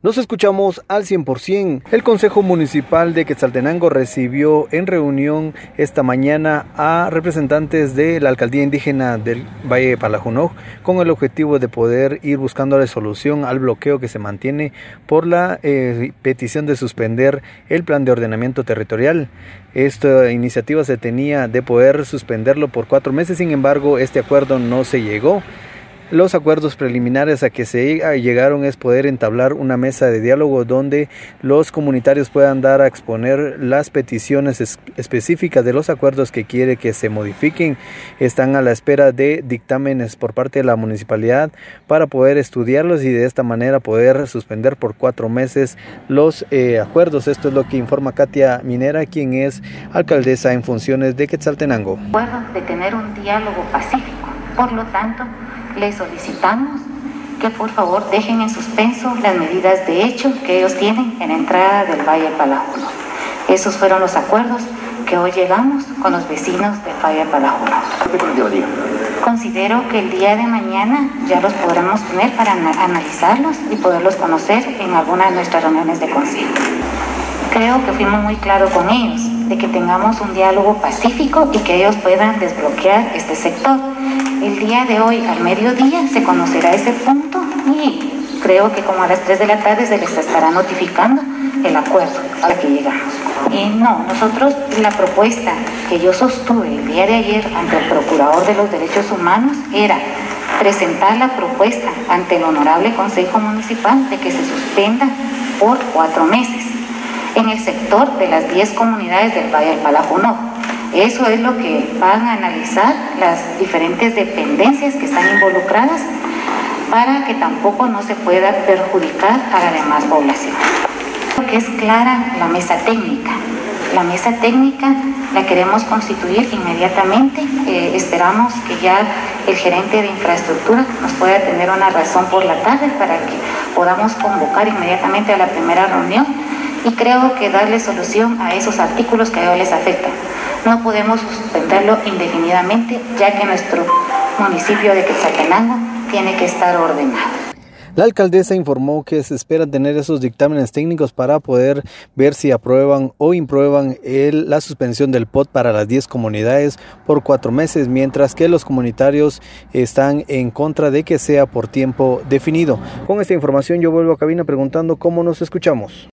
Nos escuchamos al 100%. El Consejo Municipal de Quetzaltenango recibió en reunión esta mañana a representantes de la Alcaldía Indígena del Valle de Palajunoj con el objetivo de poder ir buscando la solución al bloqueo que se mantiene por la petición de suspender el plan de ordenamiento territorial. Esta iniciativa se tenía de poder suspenderlo por 4 meses, sin embargo, este acuerdo no se llegó. Los acuerdos preliminares a que se llegaron es poder entablar una mesa de diálogo donde los comunitarios puedan dar a exponer las peticiones específicas de los acuerdos que quiere que se modifiquen. Están a la espera de dictámenes por parte de la municipalidad para poder estudiarlos y de esta manera poder suspender por 4 meses los acuerdos. Esto es lo que informa Katia Minera, quien es alcaldesa en funciones de Quetzaltenango. Acuerdo de tener un diálogo pacífico. Por lo tanto, les solicitamos que por favor dejen en suspenso las medidas de hecho que ellos tienen en la entrada del Valle de Palajunoj. Esos fueron los acuerdos que hoy llegamos con los vecinos del Valle de Palajunoj. Considero que el día de mañana ya los podremos tener para analizarlos y poderlos conocer en alguna de nuestras reuniones de consejo. Creo que fuimos muy claros con ellos, de que tengamos un diálogo pacífico y que ellos puedan desbloquear este sector. El día de hoy, al mediodía, se conocerá ese punto y creo que como a las 3 de la tarde se les estará notificando el acuerdo al que llegamos. Y nosotros la propuesta que yo sostuve el día de ayer ante el Procurador de los Derechos Humanos era presentar la propuesta ante el Honorable Consejo Municipal de que se suspenda por 4 meses en el sector de las 10 comunidades del Valle del Palajunoj. Eso es lo que van a analizar las diferentes dependencias que están involucradas para que tampoco no se pueda perjudicar a la demás población. Creo que es clara la mesa técnica. La mesa técnica la queremos constituir inmediatamente. Esperamos que ya el gerente de infraestructura nos pueda tener una razón por la tarde para que podamos convocar inmediatamente a la primera reunión y creo que darle solución a esos artículos que a ellos les afectan. No podemos suspenderlo indefinidamente, ya que nuestro municipio de Quetzaltenango tiene que estar ordenado. La alcaldesa informó que se espera tener esos dictámenes técnicos para poder ver si aprueban o imprueban la suspensión del POT para las 10 comunidades por 4 meses, mientras que los comunitarios están en contra de que sea por tiempo definido. Con esta información yo vuelvo a cabina preguntando cómo nos escuchamos.